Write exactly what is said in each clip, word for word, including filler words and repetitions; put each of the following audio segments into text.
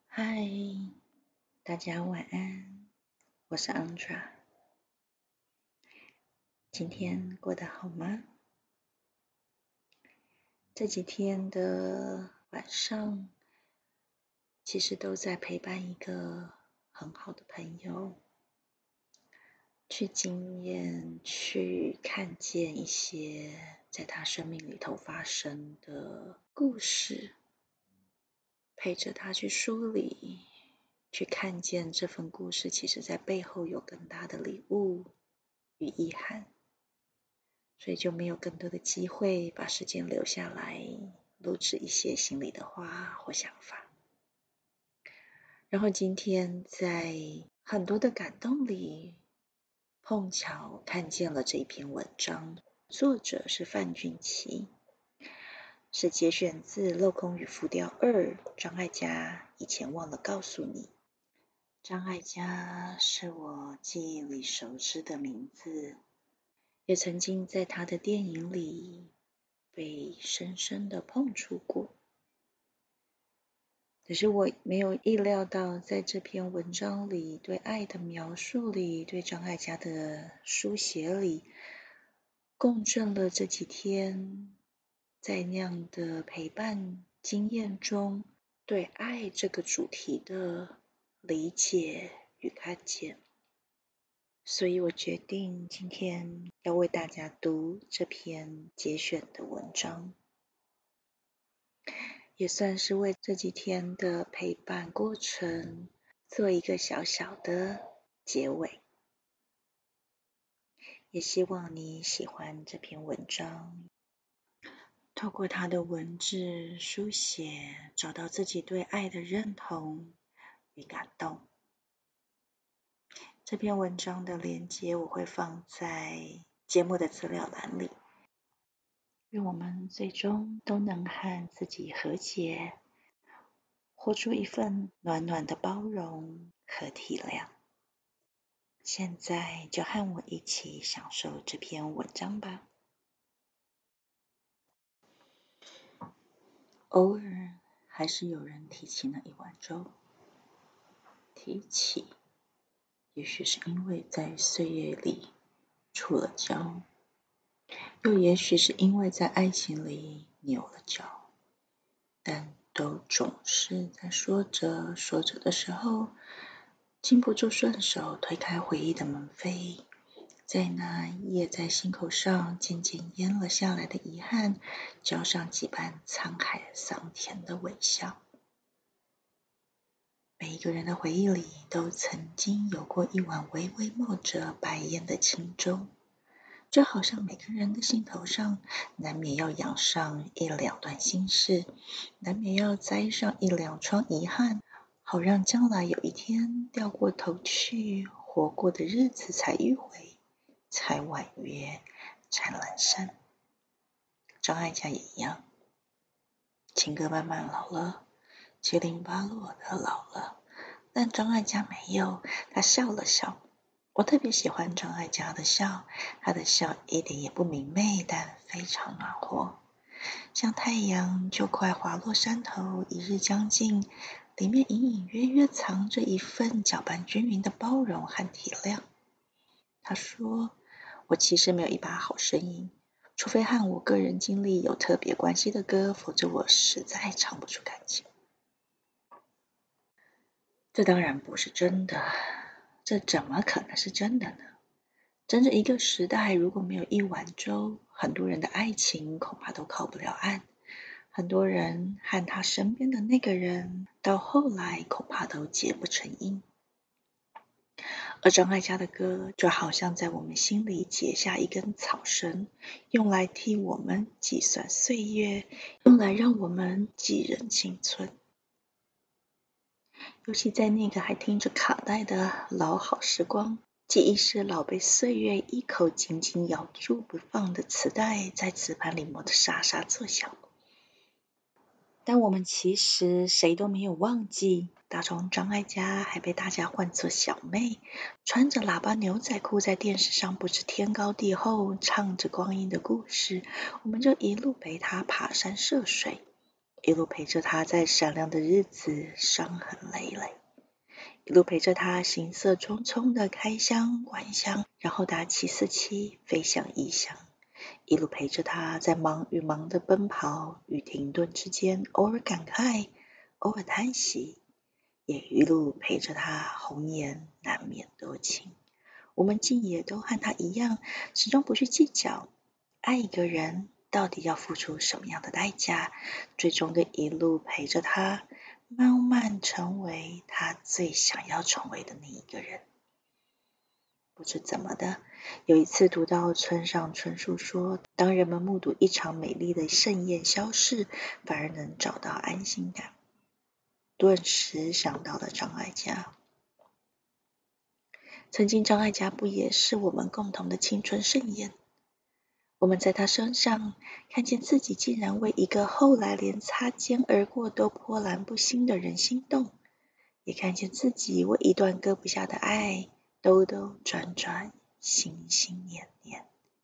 嗨，大家晚安，我是 Andra。今天过得好吗？这几天的晚上，其实都在陪伴一个很好的朋友，去经验、去看见一些在他生命里头发生的故事，陪着他去梳理，去看见这份故事，其实在背后有更大的礼物与意涵。所以就没有更多的机会把时间留下来录制一些心里的话或想法。然后今天在很多的感动里，碰巧看见了这一篇文章，作者是范俊琪，是节选自《镂空与浮雕二》，张艾嘉以前忘了告诉你。张艾嘉是我记忆里熟知的名字，也曾经在他的电影里被深深的碰触过。可是我没有意料到，在这篇文章里，对爱的描述里，对张艾嘉的书写里，共振了这几天在那样的陪伴经验中，对爱这个主题的理解与看见。所以我决定今天要为大家读这篇节选的文章，也算是为这几天的陪伴过程做一个小小的结尾。也希望你喜欢这篇文章，透过它的文字书写，找到自己对爱的认同与感动。这篇文章的连结我会放在节目的资料栏里。愿我们最终都能和自己和解，活出一份暖暖的包容和体谅。现在就和我一起享受这篇文章吧。偶尔还是有人提起那一碗粥，提起，也许是因为在岁月里触了礁，又也许是因为在爱情里扭了脚，但都总是在说着说着的时候，禁不住顺手推开回忆的门扉，在那噎在心口上渐渐淹了下来的遗憾，浇上几瓣沧海桑田的微笑。每一个人的回忆里都曾经有过一碗微微冒着白烟的清粥，就好像每个人的心头上难免要养上一两段心事，难免要栽上一两窗遗憾，好让将来有一天掉过头去，活过的日子才迂回，才婉约，才阑珊。张艾嘉也一样，情歌慢慢老了，七零八落的老了，但张艾嘉没有，他笑了笑。我特别喜欢张艾嘉的笑，他的笑一点也不明媚，但非常暖和，像太阳就快滑落山头，一日将尽，里面隐隐约约藏着一份搅拌均匀的包容和体谅。他说，我其实没有一把好声音，除非和我个人经历有特别关系的歌，否则我实在唱不出感情。这当然不是真的，这怎么可能是真的呢？整整一个时代，如果没有一碗粥，很多人的爱情恐怕都靠不了岸，很多人和他身边的那个人，到后来恐怕都结不成姻。而张艾嘉的歌，就好像在我们心里结下一根草绳，用来替我们计算岁月，用来让我们记认青春。尤其在那个还听着卡带的老好时光，记忆是老被岁月一口紧紧咬住不放的磁带，在磁盘里磨得沙沙作响。但我们其实谁都没有忘记，打从张艾嘉还被大家唤作小妹，穿着喇叭牛仔裤在电视上不知天高地厚唱着光阴的故事，我们就一路陪她爬山涉水， 一路陪着他在闪亮的日子伤痕累累，一路陪着他行色匆匆的开箱管箱，然后打七四七飞向异乡，一路陪着他在忙与忙的奔跑与停顿之间，偶尔感慨，偶尔叹息，也一路陪着他红颜难免多情。我们竟也都和他一样，始终不去计较爱一个人到底要付出什么样的代价，最终的一路陪着他，慢慢成为他最想要成为的那一个人。不知怎么的，有一次读到村上春树说，当人们目睹一场美丽的盛宴消逝，反而能找到安心感。顿时想到了张艾嘉。曾经张艾嘉不也是我们共同的青春盛宴？我们在他身上看见自己竟然为一个后来连擦肩而过都波澜不兴的人心动，也看见自己为一段割不下的爱兜兜转转，心心念念。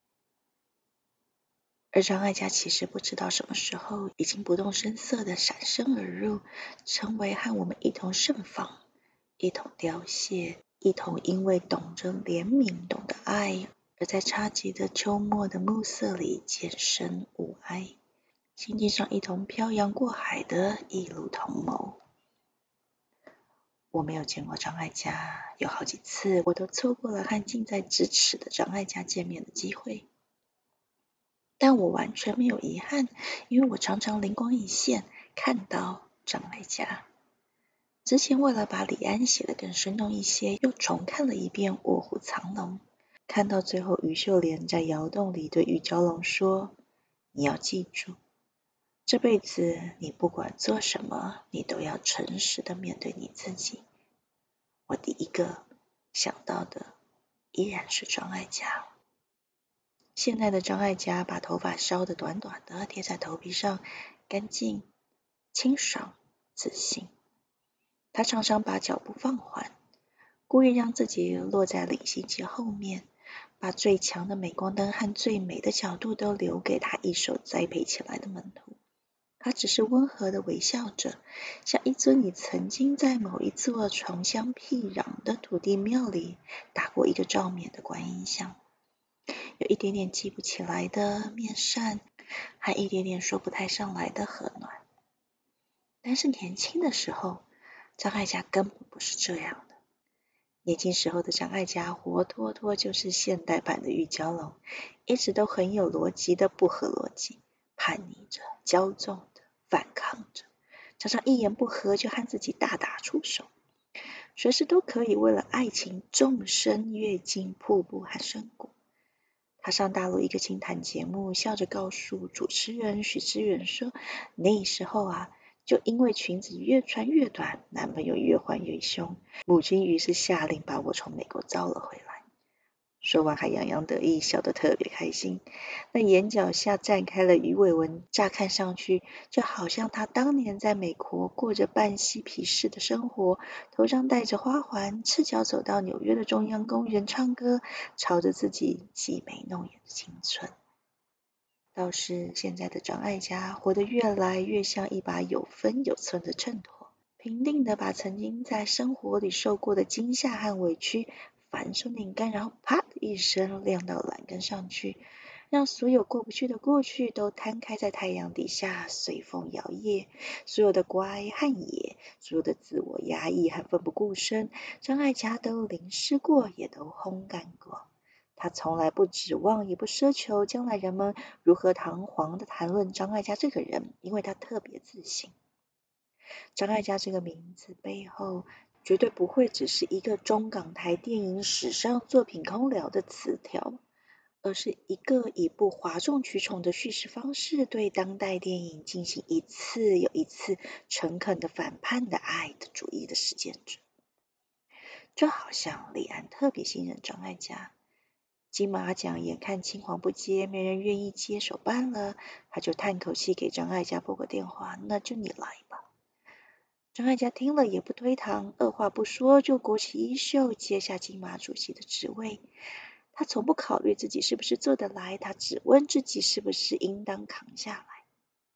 而张艾嘉其实不知道什么时候已经不动声色地闪身而入，成为和我们一同盛放，一同凋谢，一同因为懂着怜悯，懂得爱，而在侘寂的秋末的暮色里渐生无碍，心境上一同漂洋过海的一路同谋。我没有见过张艾嘉，有好几次我都错过了和近在咫尺的张艾嘉见面的机会，但我完全没有遗憾，因为我常常灵光一现，看到张艾嘉。之前为了把李安写得更生动一些，又重看了一遍《卧虎藏龙》，看到最后余秀莲在窑洞里对玉娇龙说，你要记住，这辈子你不管做什么，你都要诚实的面对你自己。我第一个想到的依然是张艾嘉。现在的张艾嘉把头发烧得短短的，贴在头皮上，干净、清爽、自信。他常常把脚步放缓，故意让自己落在领先机后面，把最强的镁光灯和最美的角度都留给他一手栽培起来的门徒。他只是温和地微笑着，像一尊你曾经在某一座醇香僻壤的土地庙里打过一个照面的观音像，有一点点记不起来的面善，还一点点说不太上来的和暖。但是年轻的时候，张艾嘉根本不是这样的。年轻时候的张艾嘉活脱脱就是现代版的玉娇龙，一直都很有逻辑的不合逻辑，叛逆着，骄纵的，反抗着，常常一言不合就和自己大打出手，随时都可以为了爱情纵身跃进瀑布和深谷。他上大陆一个清谈节目，笑着告诉主持人许知远说，那时候啊，就因为裙子越穿越短，男朋友越换越凶，母亲于是下令把我从美国招了回来。说完还洋洋得意，笑得特别开心。那眼角下绽开了鱼尾纹，乍看上去就好像他当年在美国过着半嬉皮士的生活，头上戴着花环，赤脚走到纽约的中央公园唱歌，朝着自己挤眉弄眼的青春。倒是现在的张艾嘉活得越来越像一把有分有寸的秤砣，平定的把曾经在生活里受过的惊吓和委屈反手拧干，然后啪的一声晾到栏杆上去，让所有过不去的过去都摊开在太阳底下随风摇曳，所有的乖和野，所有的自我压抑和奋不顾身，张艾嘉都淋湿过，也都烘干过。他从来不指望，也不奢求将来人们如何堂皇地谈论张艾嘉这个人，因为他特别自信。张艾嘉这个名字背后绝对不会只是一个中港台电影史上作品空聊的词条，而是一个以不哗众取宠的叙事方式对当代电影进行一次又一次诚恳的反叛的爱的主义的实践者。就好像李安特别信任张艾嘉，金马奖眼看青黄不接，没人愿意接手办了，他就叹口气给张艾嘉拨个电话，那就你来吧。张艾嘉听了也不推搪，二话不说就裹起衣袖接下金马主席的职位。他从不考虑自己是不是做得来，他只问自己是不是应当扛下来。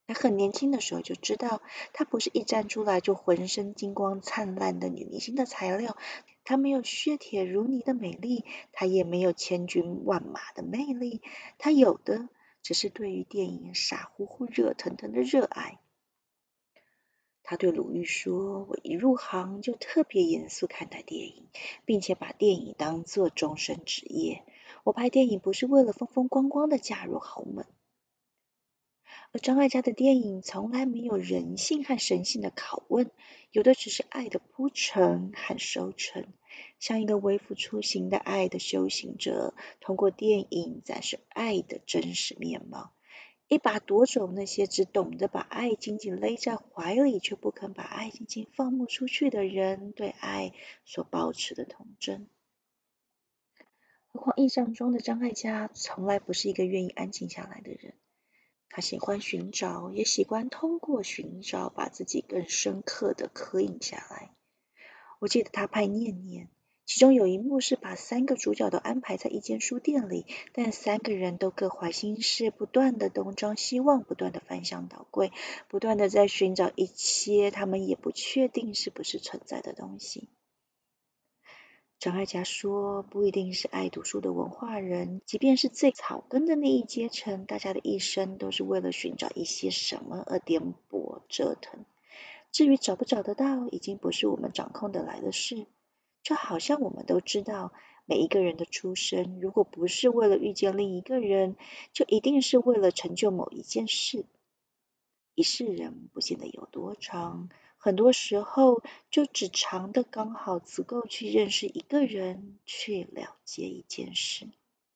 她很年轻的时候就知道，她不是一站出来就浑身金光灿烂的女明星的材料，她没有削铁如泥的美丽，她也没有千军万马的魅力，她有的只是对于电影傻乎乎热腾腾的热爱。他对鲁豫说：“我一入行就特别严肃看待电影，并且把电影当作终身职业。我拍电影不是为了风风光光的嫁入豪门。”而张艾嘉的电影从来没有人性和神性的拷问，有的只是爱的铺陈和收成，像一个微服出行的爱的修行者，通过电影展示爱的真实面貌。一把夺走那些只懂得把爱紧紧勒在怀里，却不肯把爱紧紧放不出去的人对爱所抱持的童真。何况印象中的张艾嘉从来不是一个愿意安静下来的人，他喜欢寻找，也喜欢通过寻找把自己更深刻的刻印下来。我记得他拍《念念》，其中有一幕是把三个主角都安排在一间书店里，但三个人都各怀心事，不断的东张西望，不断的翻箱倒柜，不断的在寻找一些他们也不确定是不是存在的东西。张艾嘉说，不一定是爱读书的文化人，即便是最草根的那一阶层，大家的一生都是为了寻找一些什么而颠簸折腾。至于找不找得到，已经不是我们掌控得来的事。就好像我们都知道，每一个人的出生，如果不是为了遇见另一个人，就一定是为了成就某一件事。一世人不见得有多长，很多时候就只长的刚好足够去认识一个人，去了解一件事。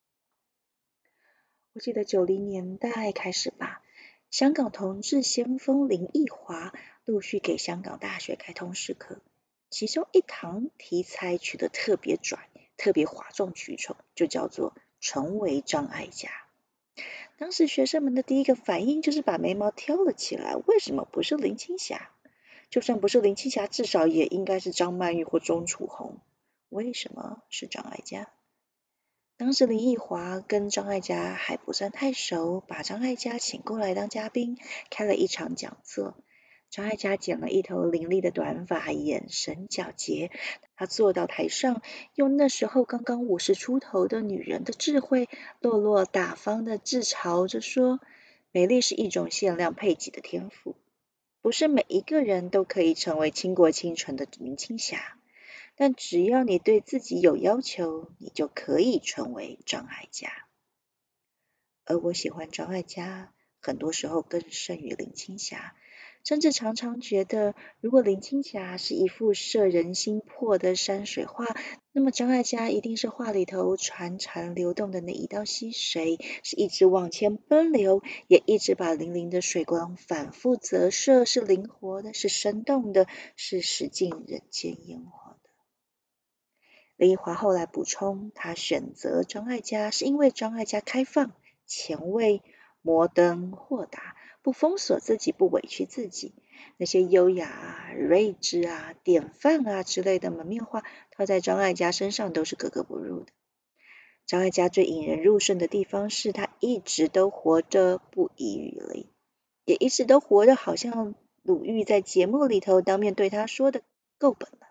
我记得九零年代开始吧，香港同志先锋林奕华陆续给香港大学开通识课，其中一堂题材取得特别拽，特别哗众取宠，就叫做成为张艾嘉。当时学生们的第一个反应就是把眉毛挑了起来，为什么不是林青霞？就算不是林青霞，至少也应该是张曼玉或钟楚红，为什么是张艾嘉？当时林奕华跟张艾嘉还不算太熟，把张艾嘉请过来当嘉宾，开了一场讲座。张艾嘉剪了一头凌厉的短发，眼神皎洁。她坐到台上，用那时候刚刚五十出头的女人的智慧，落落大方的自嘲着说：“美丽是一种限量配给的天赋，不是每一个人都可以成为倾国倾城的林青霞。但只要你对自己有要求，你就可以成为张艾嘉。”而我喜欢张艾嘉，很多时候更胜于林青霞，甚至常常觉得，如果林青霞是一幅摄人心魄的山水画，那么张艾嘉一定是画里头潺潺流动的那一道溪水，是一直往前奔流，也一直把粼粼的水光反复折射，是灵活的，是生动的，是驶进人间烟火的。林奕华后来补充，他选择张艾嘉是因为张艾嘉开放、前卫、摩登、豁达，不封锁自己，不委屈自己。那些优雅啊、睿智啊、典范啊之类的门面话，套在张艾嘉身上都是格格不入的。张艾嘉最引人入胜的地方是，他一直都活着不遗余力，也一直都活着，好像鲁豫在节目里头当面对他说的够本了。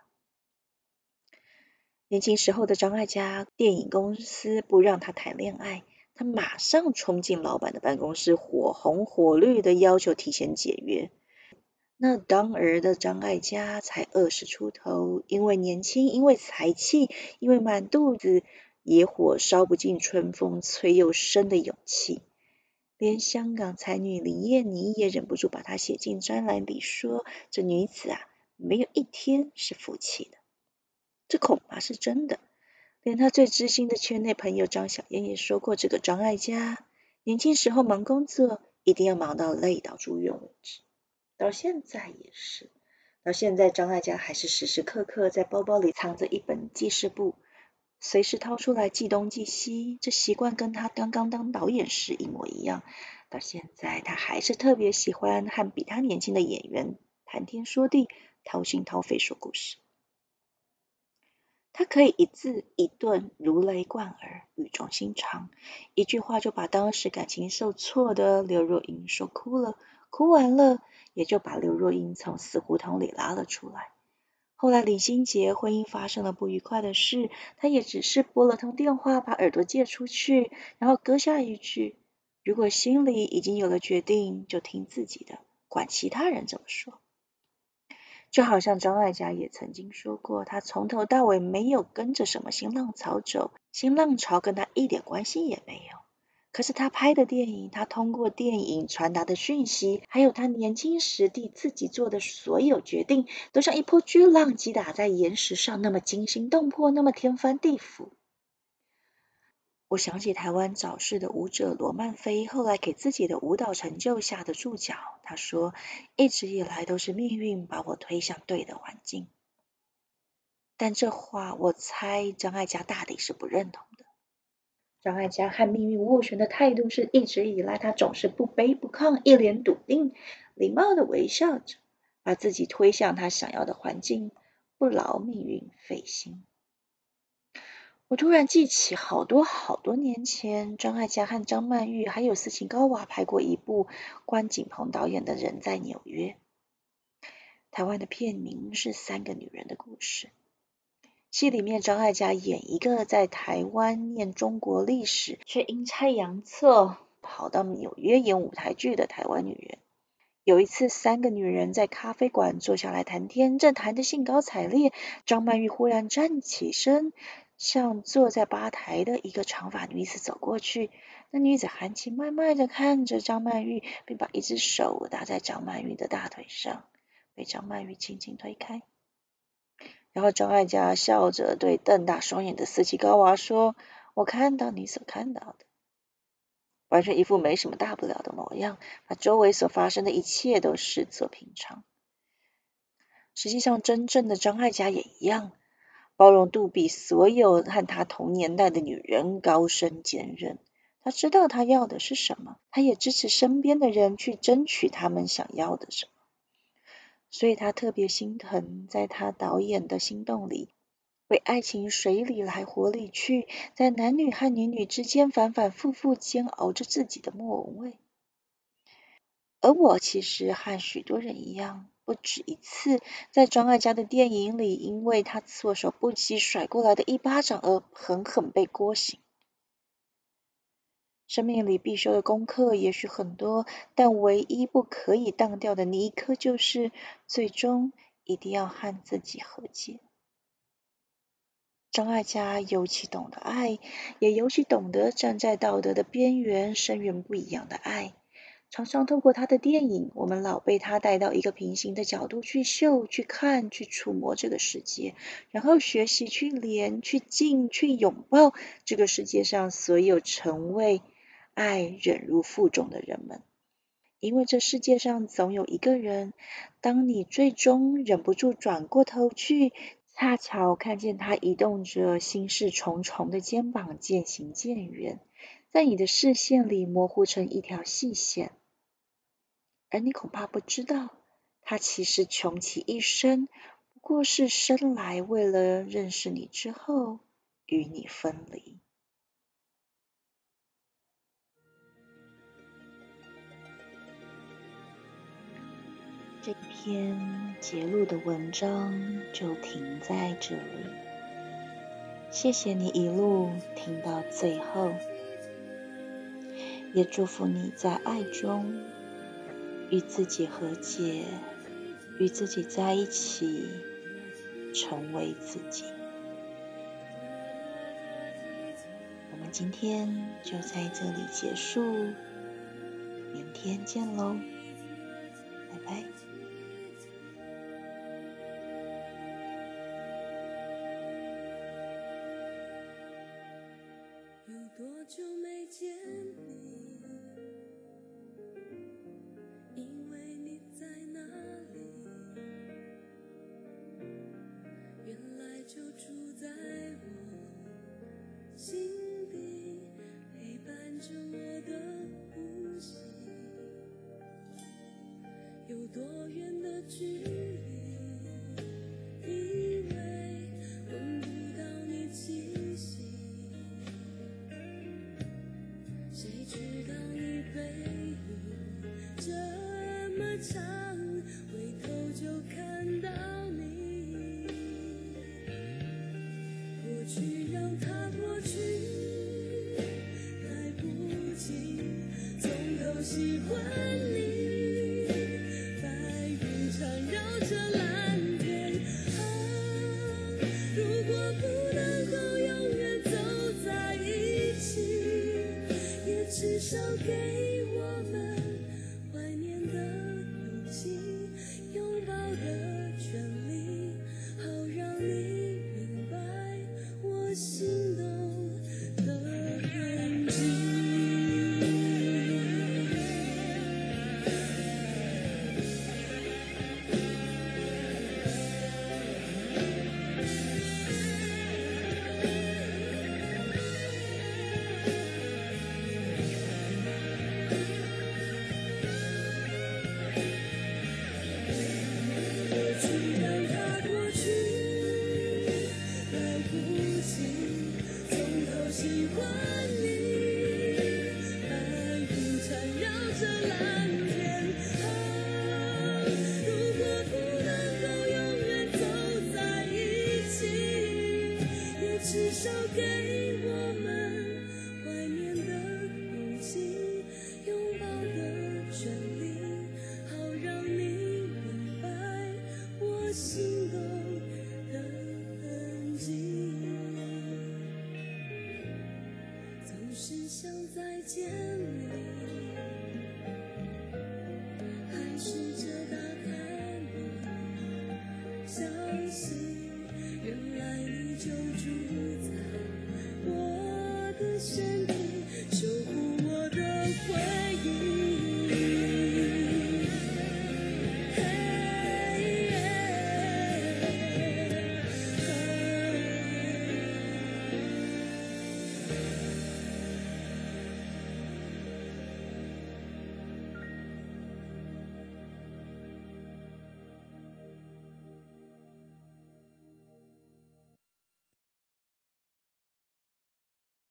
年轻时候的张艾嘉，电影公司不让他谈恋爱，他马上冲进老板的办公室，火红火绿的要求提前解约。那当儿的张艾嘉才二十出头，因为年轻，因为才气，因为满肚子野火烧不尽春风吹又生的勇气，连香港才女林燕妮也忍不住把她写进专栏里，说这女子啊，没有一天是服气的。这恐怕是真的，连他最知心的圈内朋友张小燕也说过，这个张艾嘉年轻时候忙工作，一定要忙到累到住院为止。到现在也是，到现在张艾嘉还是时时刻刻在包包里藏着一本记事簿，随时掏出来记东记西，这习惯跟他刚刚当导演时一模一样。到现在他还是特别喜欢和比他年轻的演员谈天说地，掏心掏肺说故事。他可以一字一顿如雷贯耳，语重心长，一句话就把当时感情受挫的刘若英说哭了， 哭完了也就把刘若英从死胡同里拉了出来。后来李心洁婚姻发生了不愉快的事，他也只是拨了通电话，把耳朵借出去，然后搁下一句：如果心里已经有了决定，就听自己的，管其他人怎么说。就好像张艾嘉也曾经说过，他从头到尾没有跟着什么新浪潮走，新浪潮跟他一点关系也没有。可是他拍的电影，他通过电影传达的讯息，还有他年轻时地自己做的所有决定，都像一波巨浪击打在岩石上，那么惊心动魄，那么天翻地覆。我想起台湾早逝的舞者罗曼菲后来给自己的舞蹈成就下的注脚，他说：一直以来都是命运把我推向对的环境。但这话我猜张艾嘉大抵是不认同的。张艾嘉和命运斡旋的态度是，一直以来他总是不卑不亢，一脸笃定，礼貌的微笑着，把自己推向他想要的环境，不劳命运费心。我突然记起好多好多年前，张艾嘉和张曼玉还有斯琴高娃拍过一部关锦鹏导演的《人在纽约》，台湾的片名是《三个女人的故事》。戏里面张艾嘉演一个在台湾念中国历史，却阴差阳错跑到纽约演舞台剧的台湾女人。有一次，三个女人在咖啡馆坐下来谈天，正谈得兴高采烈，张曼玉忽然站起身，向坐在吧台的一个长发女子走过去。那女子含情脉脉地看着张曼玉，并把一只手搭在张曼玉的大腿上，被张曼玉轻轻推开。然后张艾嘉笑着对瞪大双眼的斯琴高娃说：我看到你所看到的。完全一副没什么大不了的模样，把周围所发生的一切都视作平常。实际上真正的张艾嘉也一样，包容度比所有和她同年代的女人高深坚韧。她知道她要的是什么，她也支持身边的人去争取他们想要的什么。所以她特别心疼在她导演的心动里，为爱情水里来火里去，在男女和女女之间反反复复煎熬着自己的莫文蔚。而我其实和许多人一样，不止一次在张艾嘉的电影里，因为他措手不及甩过来的一巴掌而狠狠被锅醒。生命里必修的功课也许很多，但唯一不可以当掉的那一课，就是最终一定要和自己和解。张艾嘉尤其懂得爱，也尤其懂得站在道德的边缘声援不一样的爱。常常透过他的电影，我们老被他带到一个平行的角度去嗅、去看、去触摸这个世界，然后学习去连、去敬、去拥抱这个世界上所有曾为爱忍辱负重的人们。因为这世界上总有一个人，当你最终忍不住转过头去，恰巧看见他移动着心事重重的肩膀渐行渐远，在你的视线里模糊成一条细线，而你恐怕不知道，他其实穷其一生，不过是生来为了认识你之后与你分离。这篇节录的文章就停在这里，谢谢你一路听到最后，也祝福你在爱中与自己和解，与自己在一起，成为自己。我们今天就在这里结束，明天见喽，拜拜。 有多久没见你？因为你在哪里？原来就住在我心里，陪伴着我的呼吸。有多远的距离？因为闻不到你气息。谁知道你背影这间里，还试着打开你，相信原来你就住在我的身